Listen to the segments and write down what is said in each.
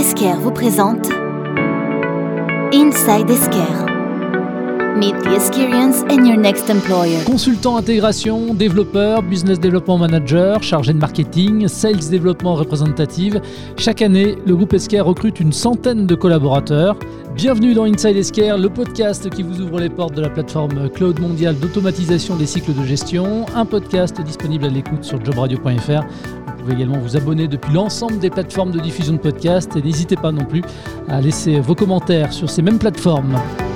Esker vous présente Inside Esker. Meet the experience in your next employer. Consultant intégration, développeur, business development manager, chargé de marketing, sales développement représentative. Chaque année, le groupe Esker recrute une centaine de collaborateurs. Bienvenue dans Inside Esker, le podcast qui vous ouvre les portes de la plateforme cloud mondiale d'automatisation des cycles de gestion. Un podcast disponible à l'écoute sur jobradio.fr. Vous pouvez également vous abonner depuis l'ensemble des plateformes de diffusion de podcasts et n'hésitez pas non plus à laisser vos commentaires sur ces mêmes plateformes.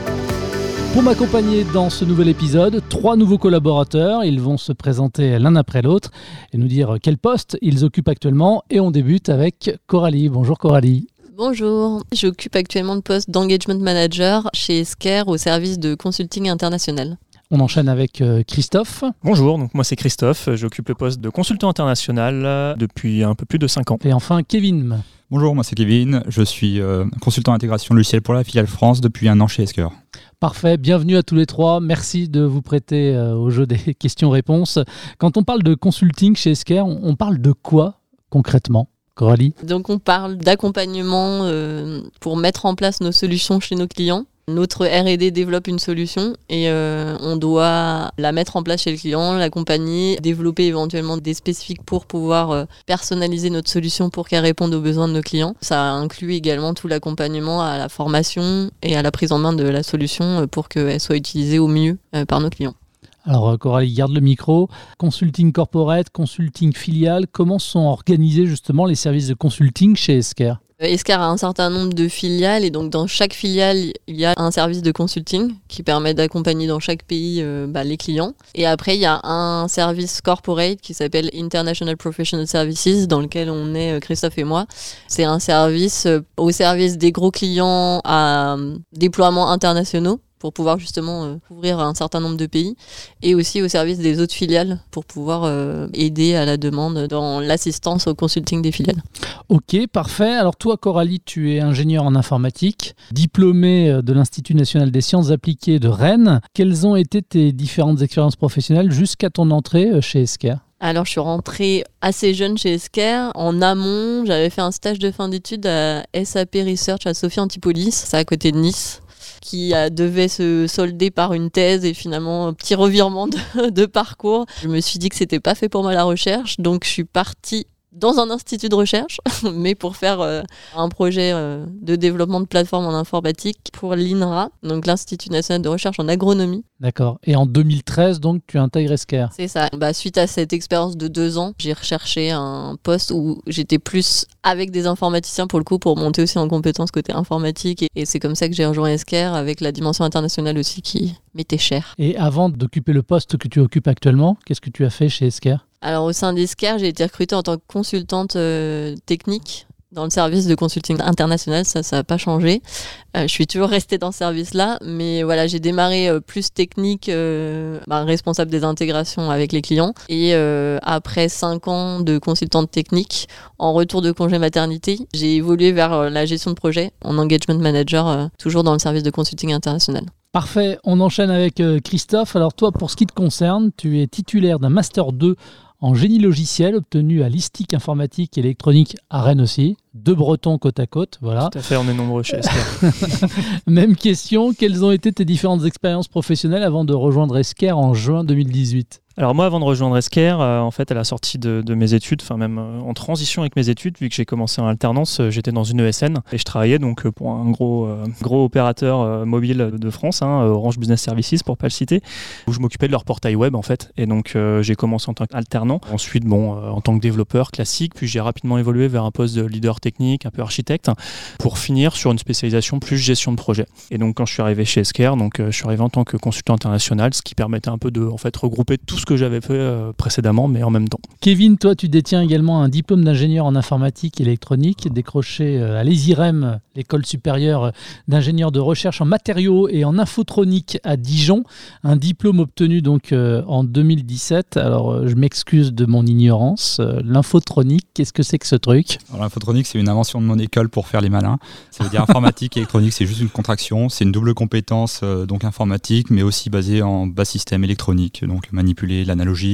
Pour m'accompagner dans ce nouvel épisode, 3 nouveaux collaborateurs. Ils vont se présenter l'un après l'autre et nous dire quel poste ils occupent actuellement. Et on débute avec Coralie. Bonjour Coralie. Bonjour, j'occupe actuellement le poste d'engagement manager chez Esker au service de consulting international. On enchaîne avec Christophe. Bonjour, donc moi c'est Christophe, j'occupe le poste de consultant international depuis un peu plus de 5 ans. Et enfin Kevin. Bonjour, moi c'est Kevin, je suis consultant intégration logicielle pour la filiale France depuis 1 an chez Esker. Parfait, bienvenue à tous les 3, merci de vous prêter au jeu des questions-réponses. Quand on parle de consulting chez Esker, on parle de quoi concrètement ? Coralie ? Donc on parle d'accompagnement pour mettre en place nos solutions chez nos clients. Notre R&D développe une solution et on doit la mettre en place chez le client, l'accompagner, développer éventuellement des spécifiques pour pouvoir personnaliser notre solution pour qu'elle réponde aux besoins de nos clients. Ça inclut également tout l'accompagnement à la formation et à la prise en main de la solution pour qu'elle soit utilisée au mieux par nos clients. Alors Coralie, garde le micro. Consulting corporate, consulting filiale, comment sont organisés justement les services de consulting chez Esker ? Esker a un certain nombre de filiales et donc dans chaque filiale, il y a un service de consulting qui permet d'accompagner dans chaque pays les clients. Et après, il y a un service corporate qui s'appelle International Professional Services dans lequel on est Christophe et moi. C'est un service au service des gros clients à déploiement internationaux pour pouvoir justement couvrir un certain nombre de pays et aussi au service des autres filiales pour pouvoir aider à la demande dans l'assistance au consulting des filiales. Ok, parfait. Alors toi, Coralie, tu es ingénieure en informatique, diplômée de l'Institut national des sciences appliquées de Rennes. Quelles ont été tes différentes expériences professionnelles jusqu'à ton entrée chez Esker ? Alors, je suis rentrée assez jeune chez Esker. En amont, j'avais fait un stage de fin d'études à SAP Research à Sophia Antipolis, c'est à côté de Nice, qui devait se solder par une thèse et finalement un petit revirement de parcours. Je me suis dit que c'était pas fait pour moi la recherche, donc je suis partie dans un institut de recherche, mais pour faire un projet de développement de plateforme en informatique pour l'INRA, donc l'Institut national de recherche en agronomie. D'accord. Et en 2013, donc, tu intègres Esker. C'est ça. Suite à cette expérience de 2 ans, j'ai recherché un poste où j'étais plus avec des informaticiens pour le coup, pour monter aussi en compétences côté informatique. Et c'est comme ça que j'ai rejoint Esker avec la dimension internationale aussi qui m'était chère. Et avant d'occuper le poste que tu occupes actuellement, qu'est-ce que tu as fait chez Esker ? Alors au sein d'Esker, j'ai été recrutée en tant que consultante technique dans le service de consulting international, ça n'a pas changé. Je suis toujours restée dans ce service-là, mais voilà, j'ai démarré plus technique, responsable des intégrations avec les clients. Et après 5 ans de consultante technique, en retour de congé maternité, j'ai évolué vers la gestion de projet en engagement manager, toujours dans le service de consulting international. Parfait, on enchaîne avec Christophe. Alors toi, pour ce qui te concerne, tu es titulaire d'un Master 2 en génie logiciel obtenu à l'ISTIC informatique et électronique à Rennes aussi. 2 Bretons côte à côte, voilà. Tout à fait, on est nombreux chez Esker. Même question, quelles ont été tes différentes expériences professionnelles avant de rejoindre Esker en juin 2018 ? Alors moi, avant de rejoindre Esker, en fait, à la sortie de mes études, enfin même en transition avec mes études, vu que j'ai commencé en alternance, j'étais dans une ESN et je travaillais donc pour un gros opérateur mobile de France, Orange Business Services pour pas le citer, où je m'occupais de leur portail web en fait. Et donc j'ai commencé en tant qu'alternant, ensuite en tant que développeur classique, puis j'ai rapidement évolué vers un poste de leader technique, un peu architecte, pour finir sur une spécialisation plus gestion de projet. Et donc quand je suis arrivé chez Esker, je suis arrivé en tant que consultant international, ce qui permettait un peu de regrouper tout ce que j'avais fait précédemment, mais en même temps. Kevin, toi, tu détiens également un diplôme d'ingénieur en informatique électronique décroché à l'ESIREM, l'école supérieure d'ingénieur de recherche en matériaux et en infotronique à Dijon. Un diplôme obtenu donc en 2017. Alors, je m'excuse de mon ignorance. L'infotronique, qu'est-ce que c'est que ce truc ? Alors, l'infotronique, c'est une invention de mon école pour faire les malins. Ça veut dire informatique et électronique, c'est juste une contraction. C'est une double compétence donc informatique, mais aussi basée en bas système électronique, donc manipuler l'analogique,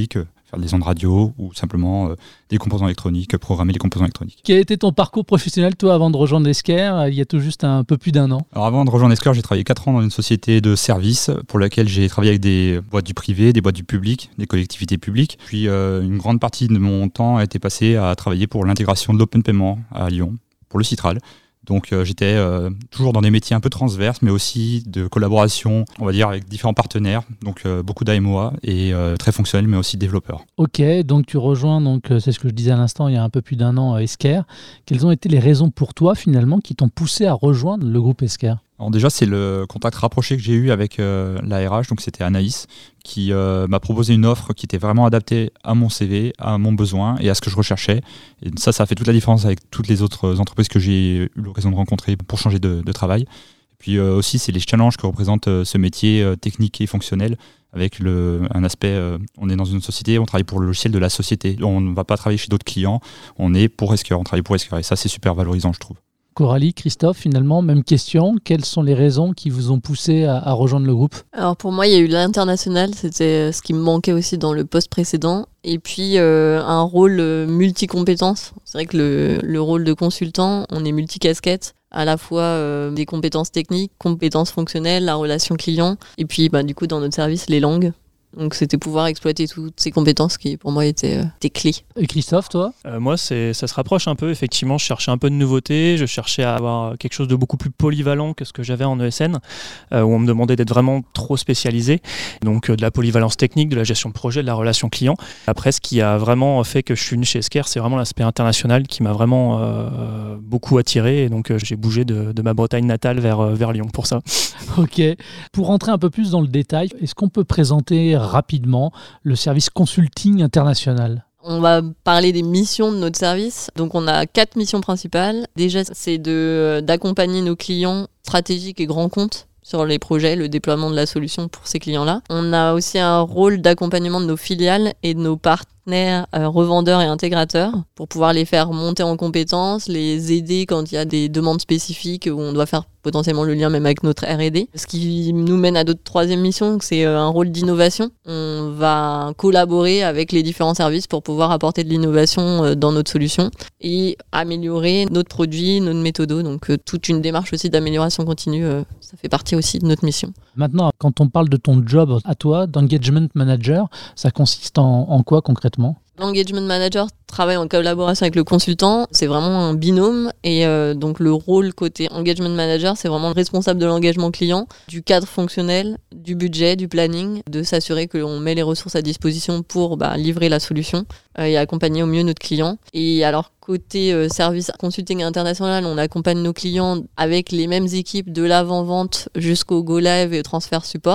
faire des ondes radio ou simplement des composants électroniques, programmer les composants électroniques. Quel était ton parcours professionnel, toi, avant de rejoindre Esker, il y a tout juste un peu plus d'1 an? Alors avant de rejoindre Esker, j'ai travaillé 4 ans dans une société de services pour laquelle j'ai travaillé avec des boîtes du privé, des boîtes du public, des collectivités publiques. Puis une grande partie de mon temps a été passé à travailler pour l'intégration de l'open payment à Lyon, pour le Citral. Donc j'étais toujours dans des métiers un peu transverses, mais aussi de collaboration, on va dire, avec différents partenaires. Donc beaucoup d'AMOA et très fonctionnels, mais aussi développeurs. Ok, donc tu rejoins, c'est ce que je disais à l'instant, il y a un peu plus d'1 an, Esker. Quelles ont été les raisons pour toi, finalement, qui t'ont poussé à rejoindre le groupe Esker? Alors déjà, c'est le contact rapproché que j'ai eu avec la RH, donc c'était Anaïs, qui m'a proposé une offre qui était vraiment adaptée à mon CV, à mon besoin et à ce que je recherchais. Et ça a fait toute la différence avec toutes les autres entreprises que j'ai eu l'occasion de rencontrer pour changer de travail. Et puis aussi, c'est les challenges que représente ce métier technique et fonctionnel, avec un aspect, on est dans une société, on travaille pour le logiciel de la société. On ne va pas travailler chez d'autres clients, on est pour Esker, on travaille pour Esker. Et ça, c'est super valorisant, je trouve. Coralie, Christophe, finalement, même question. Quelles sont les raisons qui vous ont poussé à rejoindre le groupe? Alors pour moi, il y a eu l'international, c'était ce qui me manquait aussi dans le poste précédent. Et puis un rôle multi-compétences. C'est vrai que le rôle de consultant, on est multi-casquette, à la fois des compétences techniques, compétences fonctionnelles, la relation client, et puis du coup dans notre service, les langues. Donc c'était pouvoir exploiter toutes ces compétences qui pour moi étaient clés. Et Christophe, toi? Moi, ça se rapproche un peu. Effectivement, je cherchais un peu de nouveauté. Je cherchais à avoir quelque chose de beaucoup plus polyvalent que ce que j'avais en ESN, où on me demandait d'être vraiment trop spécialisé. Donc de la polyvalence technique, de la gestion de projet, de la relation client. Après, ce qui a vraiment fait que je suis venu chez Esker, c'est vraiment l'aspect international qui m'a vraiment beaucoup attiré. Et donc j'ai bougé de ma Bretagne natale vers Lyon pour ça. Ok. Pour rentrer un peu plus dans le détail, est-ce qu'on peut présenter rapidement le service consulting international? On va parler des missions de notre service. Donc on a 4 missions principales. Déjà, c'est d'accompagner nos clients stratégiques et grands comptes sur les projets, le déploiement de la solution pour ces clients-là. On a aussi un rôle d'accompagnement de nos filiales et de nos partenaires revendeurs et intégrateurs pour pouvoir les faire monter en compétences, les aider quand il y a des demandes spécifiques où on doit faire potentiellement le lien même avec notre R&D. Ce qui nous mène à notre troisième mission, c'est un rôle d'innovation. On va collaborer avec les différents services pour pouvoir apporter de l'innovation dans notre solution et améliorer notre produit, notre méthodo. Donc toute une démarche aussi d'amélioration continue, ça fait partie aussi de notre mission. Maintenant, quand on parle de ton job à toi, d'engagement manager, ça consiste en quoi concrètement? L'engagement manager travaille en collaboration avec le consultant, c'est vraiment un binôme et donc le rôle côté engagement manager, c'est vraiment le responsable de l'engagement client, du cadre fonctionnel, du budget, du planning, de s'assurer que l'on met les ressources à disposition pour livrer la solution et accompagner au mieux notre client. Et alors côté service consulting international, on accompagne nos clients avec les mêmes équipes de l'avant-vente jusqu'au go live et transfert support.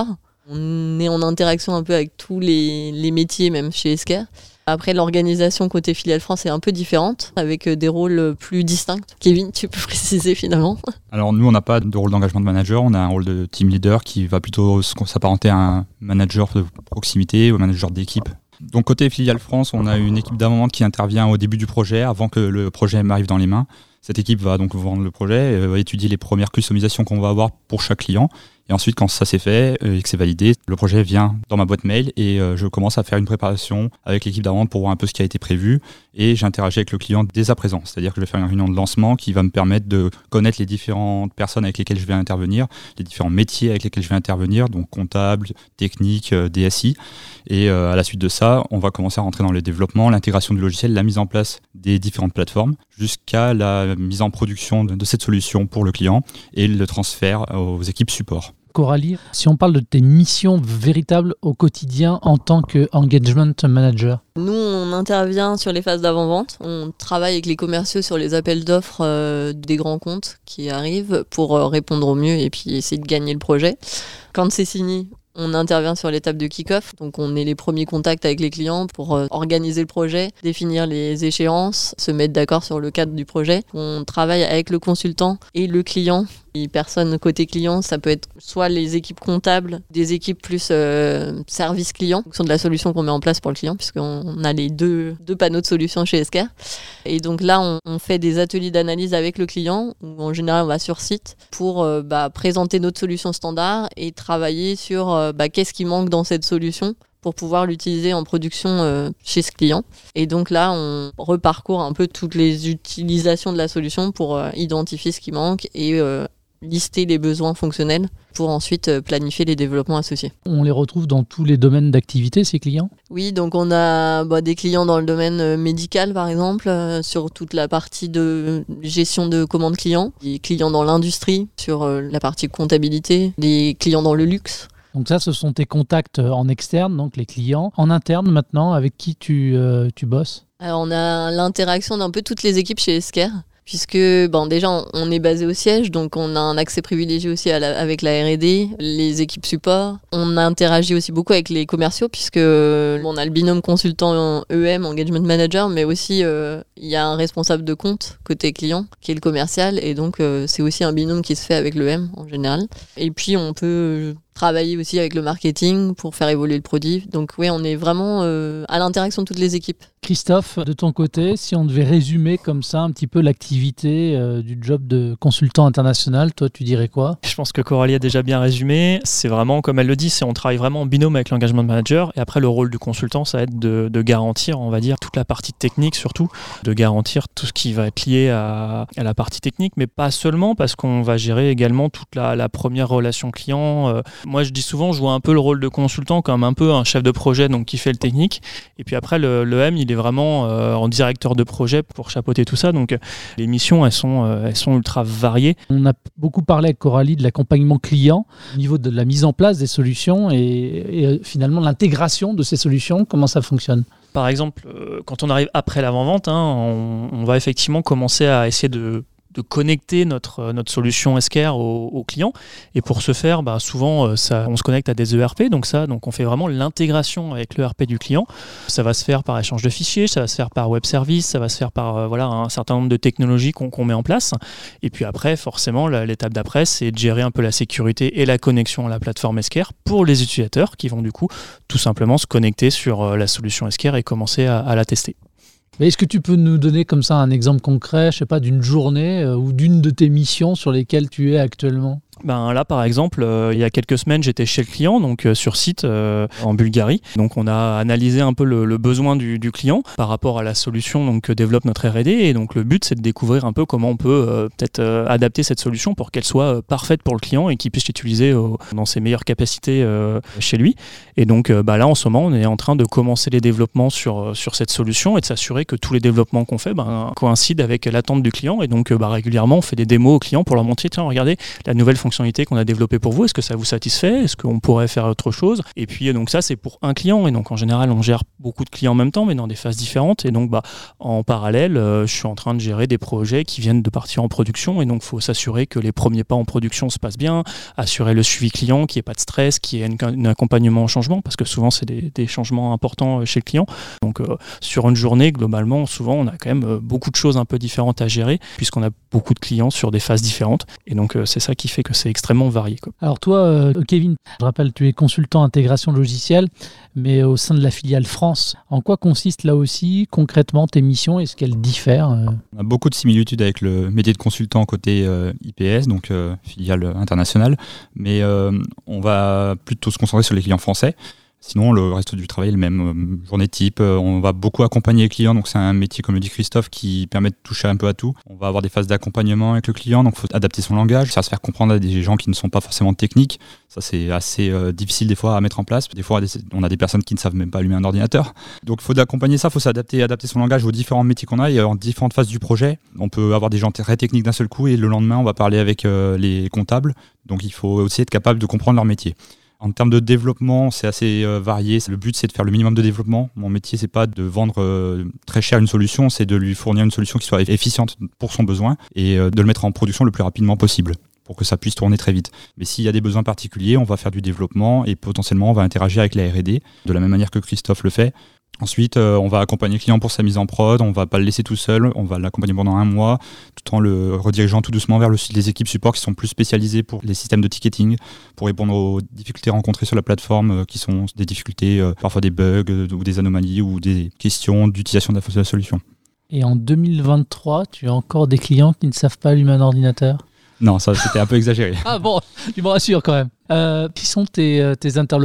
On est en interaction un peu avec tous les métiers, même chez Esker. Après, l'organisation côté filiale France est un peu différente, avec des rôles plus distincts. Kevin, tu peux préciser finalement? Alors nous, on n'a pas de rôle d'engagement de manager, on a un rôle de team leader qui va plutôt s'apparenter à un manager de proximité ou un manager d'équipe. Donc côté filiale France, on a une équipe d'avant-vente qui intervient au début du projet, avant que le projet m'arrive dans les mains. Cette équipe va donc vendre le projet, va étudier les premières customisations qu'on va avoir pour chaque client. Et ensuite, quand ça c'est fait et que c'est validé, le projet vient dans ma boîte mail et je commence à faire une préparation avec l'équipe d'avant-vente pour voir un peu ce qui a été prévu. Et j'interagis avec le client dès à présent. C'est-à-dire que je vais faire une réunion de lancement qui va me permettre de connaître les différentes personnes avec lesquelles je vais intervenir, les différents métiers avec lesquels je vais intervenir, donc comptable, technique, DSI. Et à la suite de ça, on va commencer à rentrer dans le développement, l'intégration de logiciels, la mise en place des différentes plateformes, jusqu'à la mise en production de cette solution pour le client et le transfert aux équipes support. Coralie, si on parle de tes missions véritables au quotidien en tant qu'engagement manager? Nous, on intervient sur les phases d'avant-vente. On travaille avec les commerciaux sur les appels d'offres des grands comptes qui arrivent pour répondre au mieux et puis essayer de gagner le projet. Quand c'est signé, on intervient sur l'étape de kick-off, donc on est les premiers contacts avec les clients pour organiser le projet, définir les échéances, se mettre d'accord sur le cadre du projet. On travaille avec le consultant et le client. Les personnes côté client, ça peut être soit les équipes comptables, des équipes plus service client, en fonction de la solution qu'on met en place pour le client, puisqu'on a les deux panneaux de solutions chez Esker. Et donc là, on fait des ateliers d'analyse avec le client, où en général, on va sur site pour présenter notre solution standard et travailler sur qu'est-ce qui manque dans cette solution pour pouvoir l'utiliser en production chez ce client. Et donc là, on reparcourt un peu toutes les utilisations de la solution pour identifier ce qui manque et lister les besoins fonctionnels pour ensuite planifier les développements associés. On les retrouve dans tous les domaines d'activité, ces clients ? Oui, donc on a des clients dans le domaine médical, par exemple, sur toute la partie de gestion de commandes clients, des clients dans l'industrie, sur la partie comptabilité, des clients dans le luxe. Donc ça, ce sont tes contacts en externe, donc les clients. En interne, maintenant, avec qui tu bosses ? Alors on a l'interaction d'un peu toutes les équipes chez Esker, puisque déjà on est basé au siège, donc on a un accès privilégié aussi avec la R&D, les équipes support. On interagit aussi beaucoup avec les commerciaux, puisque on a le binôme consultant EM, Engagement Manager, mais aussi il y a un responsable de compte côté client, qui est le commercial, et donc c'est aussi un binôme qui se fait avec l'EM en général. Et puis on peut travailler aussi avec le marketing pour faire évoluer le produit. Donc oui, on est vraiment à l'interaction de toutes les équipes. Christophe, de ton côté, si on devait résumer comme ça un petit peu l'activité du job de consultant international, toi tu dirais quoi ? Je pense que Coralie a déjà bien résumé. C'est vraiment, comme elle le dit, on travaille vraiment en binôme avec l'engagement manager. Et après, le rôle du consultant, ça va être de garantir, on va dire, toute la partie technique surtout, de garantir tout ce qui va être lié à la partie technique, mais pas seulement, parce qu'on va gérer également toute la première relation client. Moi, je dis souvent, je vois un peu le rôle de consultant comme un peu un chef de projet, donc qui fait le technique. Et puis après, le M, il est vraiment en directeur de projet pour chapeauter tout ça. Donc les missions, elles sont ultra variées. On a beaucoup parlé avec Coralie de l'accompagnement client au niveau de la mise en place des solutions et finalement l'intégration de ces solutions. Comment ça fonctionne ? Par exemple, quand on arrive après l'avant-vente, on va effectivement commencer à essayer de connecter notre solution Esker au client. Et pour ce faire, souvent, on se connecte à des ERP. Donc on fait vraiment l'intégration avec l'ERP du client. Ça va se faire par échange de fichiers, ça va se faire par web service, ça va se faire par un certain nombre de technologies qu'on met en place. Et puis après, forcément, l'étape d'après, c'est de gérer un peu la sécurité et la connexion à la plateforme Esker pour les utilisateurs qui vont du coup tout simplement se connecter sur la solution Esker et commencer à la tester. Mais est-ce que tu peux nous donner comme ça un exemple concret, je sais pas, d'une journée ou d'une de tes missions sur lesquelles tu es actuellement ? Là, par exemple, il y a quelques semaines, j'étais chez le client, donc sur site en Bulgarie. Donc, on a analysé un peu le besoin du client par rapport à la solution donc, que développe notre R&D. Et donc, le but, c'est de découvrir un peu comment on peut peut-être adapter cette solution pour qu'elle soit parfaite pour le client et qu'il puisse l'utiliser dans ses meilleures capacités chez lui. Et donc, là, en ce moment, on est en train de commencer les développements sur cette solution et de s'assurer que tous les développements qu'on fait coïncident avec l'attente du client. Et donc, régulièrement, on fait des démos aux clients pour leur montrer, tiens, regardez, la nouvelle fonctionnalité qu'on a développée pour vous, est-ce que ça vous satisfait ? Est-ce qu'on pourrait faire autre chose ? Et puis donc ça c'est pour un client et donc en général on gère beaucoup de clients en même temps mais dans des phases différentes et donc en parallèle je suis en train de gérer des projets qui viennent de partir en production et donc il faut s'assurer que les premiers pas en production se passent bien, assurer le suivi client, qu'il n'y ait pas de stress, qu'il y ait un accompagnement au changement parce que souvent c'est des changements importants chez le client. Donc sur une journée globalement souvent on a quand même beaucoup de choses un peu différentes à gérer puisqu'on a beaucoup de clients sur des phases différentes et donc c'est ça qui fait que c'est extrêmement varié. Alors toi, Kevin, je rappelle, tu es consultant intégration logicielle, mais au sein de la filiale France. En quoi consiste là aussi concrètement tes missions ? Est-ce qu'elles diffèrent ? On a beaucoup de similitudes avec le métier de consultant côté IPS, donc filiale internationale, mais on va plutôt se concentrer sur les clients français. Sinon, le reste du travail est le même. Journée type, on va beaucoup accompagner les clients, donc c'est un métier, comme le dit Christophe, qui permet de toucher un peu à tout. On va avoir des phases d'accompagnement avec le client, donc il faut adapter son langage, ça va se faire comprendre à des gens qui ne sont pas forcément techniques. Ça, c'est assez difficile des fois à mettre en place. Des fois, on a des personnes qui ne savent même pas allumer un ordinateur. Donc, il faut accompagner ça, il faut s'adapter, adapter son langage aux différents métiers qu'on a et en différentes phases du projet. On peut avoir des gens très techniques d'un seul coup et le lendemain, on va parler avec les comptables. Donc, il faut aussi être capable de comprendre leur métier. En termes de développement, c'est assez varié. Le but, c'est de faire le minimum de développement. Mon métier, c'est pas de vendre très cher une solution, c'est de lui fournir une solution qui soit efficiente pour son besoin et de le mettre en production le plus rapidement possible pour que ça puisse tourner très vite. Mais s'il y a des besoins particuliers, on va faire du développement et potentiellement, on va interagir avec la R&D de la même manière que Christophe le fait. Ensuite, on va accompagner le client pour sa mise en prod, on va pas le laisser tout seul, on va l'accompagner pendant 1 mois, tout en le redirigeant tout doucement vers les équipes support qui sont plus spécialisées pour les systèmes de ticketing, pour répondre aux difficultés rencontrées sur la plateforme, qui sont des difficultés, parfois des bugs ou des anomalies ou des questions d'utilisation de la solution. Et en 2023, tu as encore des clients qui ne savent pas allumer un ordinateur ? Non, ça c'était un peu exagéré. Ah bon, tu me rassures quand même. Qui sont tes interlocuteurs ?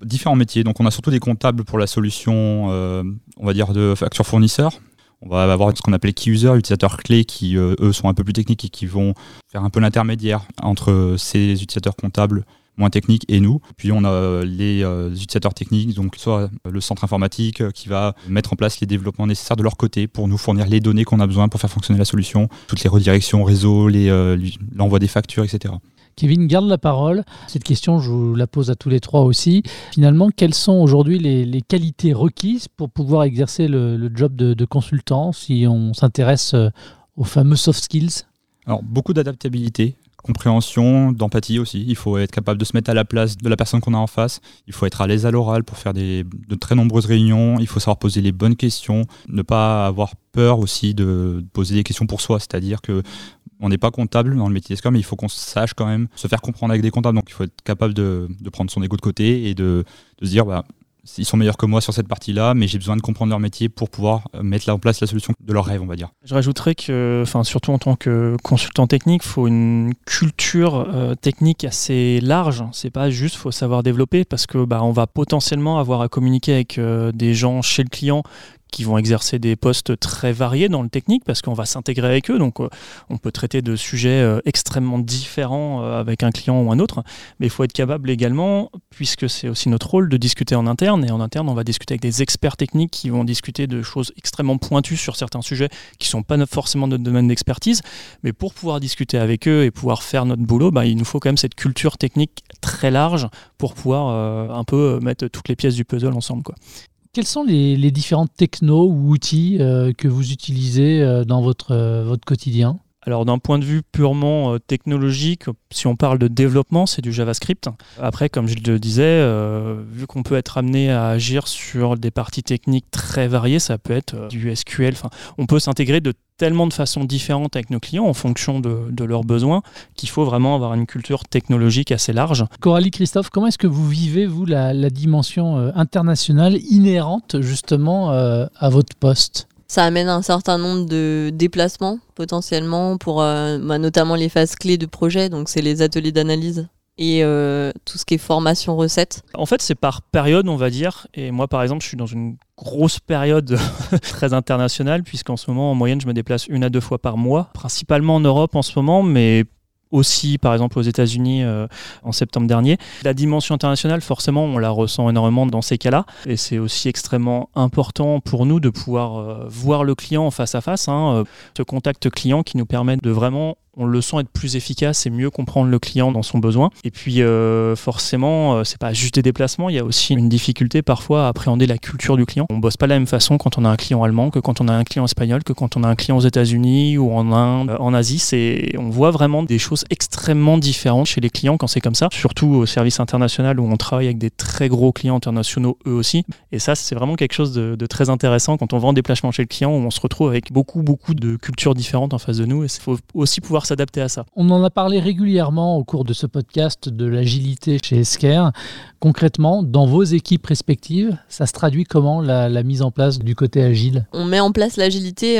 Différents métiers. Donc on a surtout des comptables pour la solution, on va dire, de facture fournisseur. On va avoir ce qu'on appelle key users, utilisateurs clés qui, eux, sont un peu plus techniques et qui vont faire un peu l'intermédiaire entre ces utilisateurs comptables moins techniques et nous. Puis on a les utilisateurs techniques, donc soit le centre informatique qui va mettre en place les développements nécessaires de leur côté pour nous fournir les données qu'on a besoin pour faire fonctionner la solution, toutes les redirections réseau, l'envoi des factures, etc. Kevin, garde la parole. Cette question, je vous la pose à tous les trois aussi. Finalement, quelles sont aujourd'hui les qualités requises pour pouvoir exercer le job de consultant, si on s'intéresse aux fameux soft skills? Alors, beaucoup d'adaptabilité, compréhension, d'empathie aussi. Il faut être capable de se mettre à la place de la personne qu'on a en face. Il faut être à l'aise à l'oral pour faire de très nombreuses réunions. Il faut savoir poser les bonnes questions, ne pas avoir peur aussi de poser des questions pour soi. C'est-à-dire que on n'est pas comptable dans le métier d'escort, mais il faut qu'on sache quand même se faire comprendre avec des comptables. Donc il faut être capable de prendre son ego de côté et de se dire ils sont meilleurs que moi sur cette partie-là, mais j'ai besoin de comprendre leur métier pour pouvoir mettre en place la solution de leur rêve, on va dire. Je rajouterais que, surtout en tant que consultant technique, il faut une culture technique assez large. C'est pas juste, faut savoir développer, parce que on va potentiellement avoir à communiquer avec des gens chez le client qui vont exercer des postes très variés dans le technique, parce qu'on va s'intégrer avec eux, donc on peut traiter de sujets extrêmement différents avec un client ou un autre, mais il faut être capable également, puisque c'est aussi notre rôle, de discuter en interne, et en interne on va discuter avec des experts techniques qui vont discuter de choses extrêmement pointues sur certains sujets qui ne sont pas forcément notre domaine d'expertise, mais pour pouvoir discuter avec eux et pouvoir faire notre boulot, il nous faut quand même cette culture technique très large pour pouvoir un peu mettre toutes les pièces du puzzle ensemble, quoi. Quels sont les différentes technos ou outils que vous utilisez dans votre quotidien ? Alors d'un point de vue purement technologique, si on parle de développement, c'est du JavaScript. Après, comme je le disais, vu qu'on peut être amené à agir sur des parties techniques très variées, ça peut être du SQL. On peut s'intégrer de tellement de façons différentes avec nos clients en fonction de leurs besoins qu'il faut vraiment avoir une culture technologique assez large. Coralie, Christophe, comment est-ce que vous vivez, vous, la dimension internationale inhérente justement à votre poste ? Ça amène un certain nombre de déplacements potentiellement pour notamment les phases clés de projet, donc c'est les ateliers d'analyse et tout ce qui est formation recette. En fait, c'est par période, on va dire. Et moi, par exemple, je suis dans une grosse période très internationale, puisqu'en ce moment, en moyenne, je me déplace 1 à 2 fois par mois, principalement en Europe en ce moment, mais aussi, par exemple, aux États-Unis en septembre dernier. La dimension internationale, forcément, on la ressent énormément dans ces cas-là. Et c'est aussi extrêmement important pour nous de pouvoir voir le client en face à face. Ce contact client qui nous permet de vraiment, on le sent, être plus efficace et mieux comprendre le client dans son besoin. Et puis, forcément, c'est pas juste des déplacements. Il y a aussi une difficulté parfois à appréhender la culture du client. On bosse pas de la même façon quand on a un client allemand que quand on a un client espagnol, que quand on a un client aux États-Unis ou en Inde, en Asie. On voit vraiment des choses extrêmement différentes chez les clients quand c'est comme ça, surtout au service international où on travaille avec des très gros clients internationaux eux aussi. Et ça, c'est vraiment quelque chose de très intéressant quand on va en déplacement chez le client, où on se retrouve avec beaucoup de cultures différentes en face de nous, et il faut aussi pouvoir s'adapter à ça. On en a parlé régulièrement au cours de ce podcast de l'agilité chez Esker. Concrètement, dans vos équipes respectives, ça se traduit comment la mise en place du côté agile ? On met en place l'agilité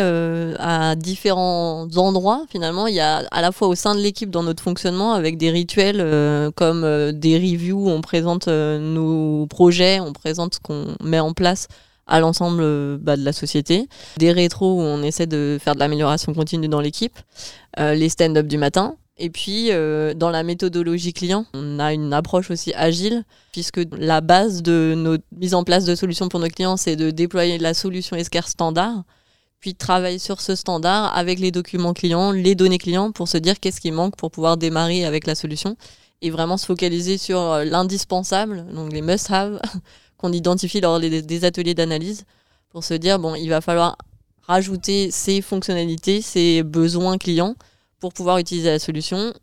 à différents endroits finalement. Il y a à la fois au sein de l'équipe dans notre fonctionnement avec des rituels comme des reviews où on présente nos projets, on présente ce qu'on met en place à l'ensemble de la société, des rétros où on essaie de faire de l'amélioration continue dans l'équipe, les stand-up du matin. Et puis, dans la méthodologie client, on a une approche aussi agile, puisque la base de notre mise en place de solutions pour nos clients, c'est de déployer la solution Esker standard, puis de travailler sur ce standard avec les documents clients, les données clients, pour se dire qu'est-ce qui manque pour pouvoir démarrer avec la solution, et vraiment se focaliser sur l'indispensable, donc les must-have, qu'on identifie lors des ateliers d'analyse, pour se dire, il va falloir rajouter ces fonctionnalités, ces besoins clients, pour pouvoir utiliser la solution.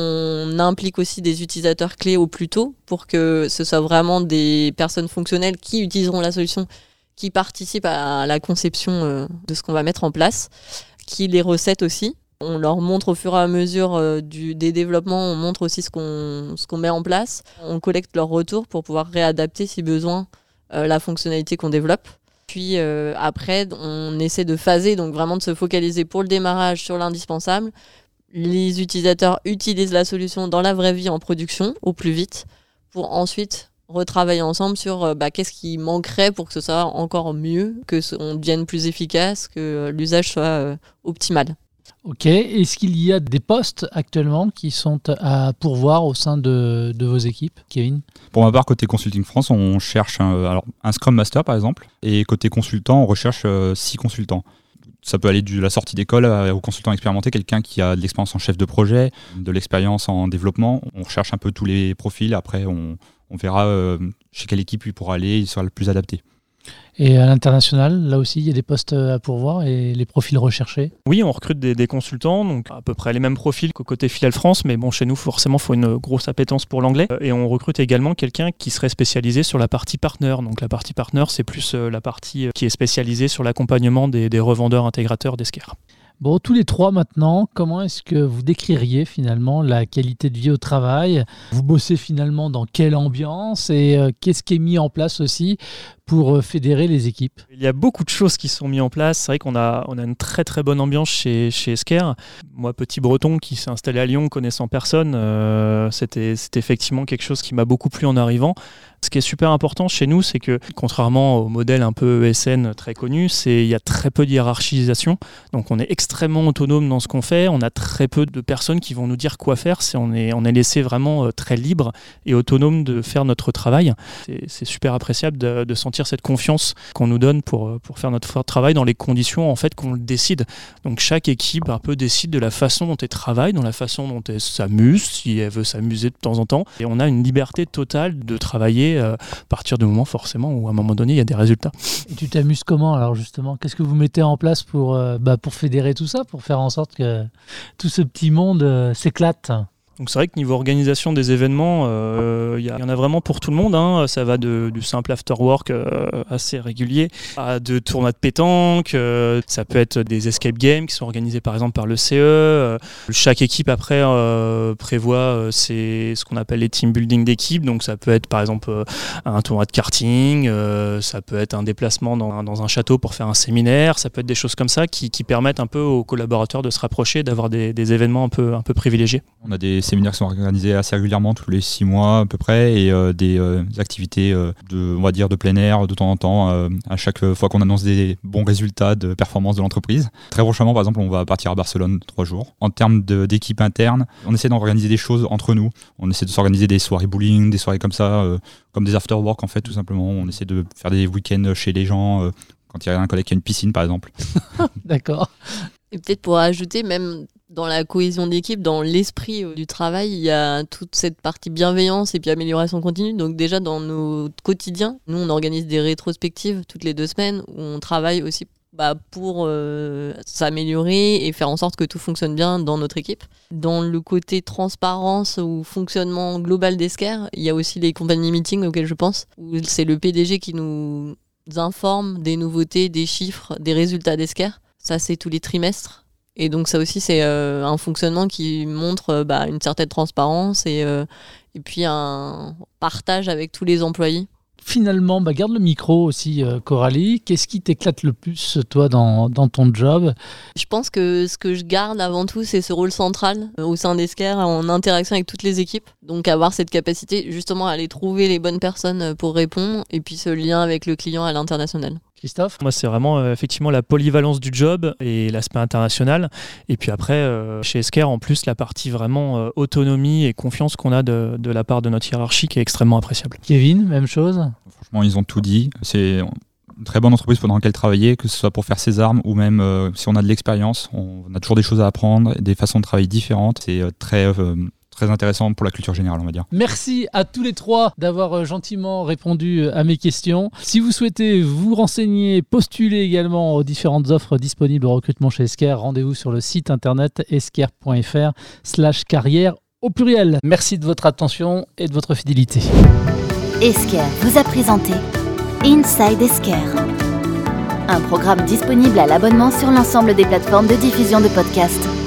On implique aussi des utilisateurs clés au plus tôt pour que ce soit vraiment des personnes fonctionnelles qui utiliseront la solution, qui participent à la conception de ce qu'on va mettre en place, qui les recettent aussi. On leur montre au fur et à mesure des développements, on montre aussi ce qu'on met en place. On collecte leurs retours pour pouvoir réadapter si besoin la fonctionnalité qu'on développe. Puis après, on essaie de phaser, donc vraiment de se focaliser pour le démarrage sur l'indispensable. Les utilisateurs utilisent la solution dans la vraie vie en production au plus vite pour ensuite retravailler ensemble sur qu'est-ce qui manquerait pour que ce soit encore mieux, qu'on devienne plus efficace, que l'usage soit optimal. Ok, est-ce qu'il y a des postes actuellement qui sont à pourvoir au sein de vos équipes, Kevin ? Pour ma part, côté Consulting France, on cherche un Scrum Master par exemple, et côté consultant, on recherche 6 consultants. Ça peut aller de la sortie d'école au consultant expérimenté, quelqu'un qui a de l'expérience en chef de projet, de l'expérience en développement. On recherche un peu tous les profils, après on verra chez quelle équipe il pourra aller, il sera le plus adapté. Et à l'international, là aussi, il y a des postes à pourvoir et les profils recherchés ? Oui, on recrute des consultants, donc à peu près les mêmes profils qu'au côté filiale France, mais bon, chez nous, forcément, il faut une grosse appétence pour l'anglais. Et on recrute également quelqu'un qui serait spécialisé sur la partie partner. Donc la partie partner, c'est plus la partie qui est spécialisée sur l'accompagnement des revendeurs intégrateurs d'Esker. Bon, tous les trois maintenant, comment est-ce que vous décririez finalement la qualité de vie au travail ? Vous bossez finalement dans quelle ambiance et qu'est-ce qui est mis en place aussi pour fédérer les équipes ? Il y a beaucoup de choses qui sont mises en place. C'est vrai qu'on a une très très bonne ambiance chez Esker. Moi, petit breton qui s'est installé à Lyon connaissant personne, c'était effectivement quelque chose qui m'a beaucoup plu en arrivant. Ce qui est super important chez nous, c'est que contrairement au modèle un peu ESN très connu, il y a très peu de hiérarchisation. Donc on est extrêmement autonome dans ce qu'on fait. On a très peu de personnes qui vont nous dire quoi faire. On est laissé vraiment très libre et autonome de faire notre travail. C'est super appréciable de sentir cette confiance qu'on nous donne pour faire notre travail dans les conditions en fait qu'on le décide. Donc chaque équipe un peu décide de la façon dont elle travaille, dans la façon dont elle s'amuse, si elle veut s'amuser de temps en temps. Et on a une liberté totale de travailler à partir du moment forcément où à un moment donné il y a des résultats. Et tu t'amuses comment alors justement ? Qu'est-ce que vous mettez en place pour fédérer tout ça, pour faire en sorte que tout ce petit monde s'éclate ? Donc c'est vrai que niveau organisation des événements, il y en a vraiment pour tout le monde. Hein. Ça va du simple after-work assez régulier à de tournois de pétanque. Ça peut être des escape games qui sont organisés par exemple par le CE. Chaque équipe après prévoit ce qu'on appelle les team building d'équipe. Donc ça peut être par exemple un tournoi de karting, ça peut être un déplacement dans un château pour faire un séminaire. Ça peut être des choses comme ça qui permettent un peu aux collaborateurs de se rapprocher, d'avoir des événements un peu privilégiés. On a des séminaires qui sont organisés assez régulièrement, tous les 6 mois à peu près, et des activités de plein air de temps en temps, à chaque fois qu'on annonce des bons résultats de performance de l'entreprise. Très prochainement, par exemple, on va partir à Barcelone 3 jours. En termes d'équipe interne, on essaie d'organiser des choses entre nous. On essaie de s'organiser des soirées bowling, des soirées comme ça, comme des after-work en fait, tout simplement. On essaie de faire des week-ends chez les gens, quand il y a un collègue qui a une piscine, par exemple. D'accord. Et peut-être pour ajouter, même dans la cohésion d'équipe, dans l'esprit du travail, il y a toute cette partie bienveillance et puis amélioration continue. Donc déjà dans notre quotidien, nous on organise des rétrospectives toutes les 2 semaines où on travaille aussi pour s'améliorer et faire en sorte que tout fonctionne bien dans notre équipe. Dans le côté transparence ou fonctionnement global d'Esker, il y a aussi les company meetings auxquels je pense, où c'est le PDG qui nous informe des nouveautés, des chiffres, des résultats d'Esker. Ça c'est tous les trimestres. Et donc ça aussi c'est un fonctionnement qui montre une certaine transparence et puis un partage avec tous les employés. Finalement, garde le micro aussi, Coralie. Qu'est-ce qui t'éclate le plus, toi, dans ton job ? Je pense que ce que je garde avant tout, c'est ce rôle central au sein d'Esker, en interaction avec toutes les équipes. Donc avoir cette capacité justement à aller trouver les bonnes personnes pour répondre et puis ce lien avec le client à l'international. Christophe ? Moi, c'est vraiment effectivement la polyvalence du job et l'aspect international. Et puis après, chez Esker, en plus, la partie vraiment autonomie et confiance qu'on a de la part de notre hiérarchie qui est extrêmement appréciable. Kevin, même chose ? Franchement, ils ont tout dit. C'est une très bonne entreprise pendant laquelle travailler, que ce soit pour faire ses armes ou même si on a de l'expérience. On a toujours des choses à apprendre, des façons de travailler différentes. C'est très intéressant pour la culture générale, on va dire. Merci à tous les trois d'avoir gentiment répondu à mes questions. Si vous souhaitez vous renseigner, postuler également aux différentes offres disponibles au recrutement chez Esker, rendez-vous sur le site internet esker.fr/carrière au pluriel. Merci de votre attention et de votre fidélité. Esker vous a présenté Inside Esker, un programme disponible à l'abonnement sur l'ensemble des plateformes de diffusion de podcasts.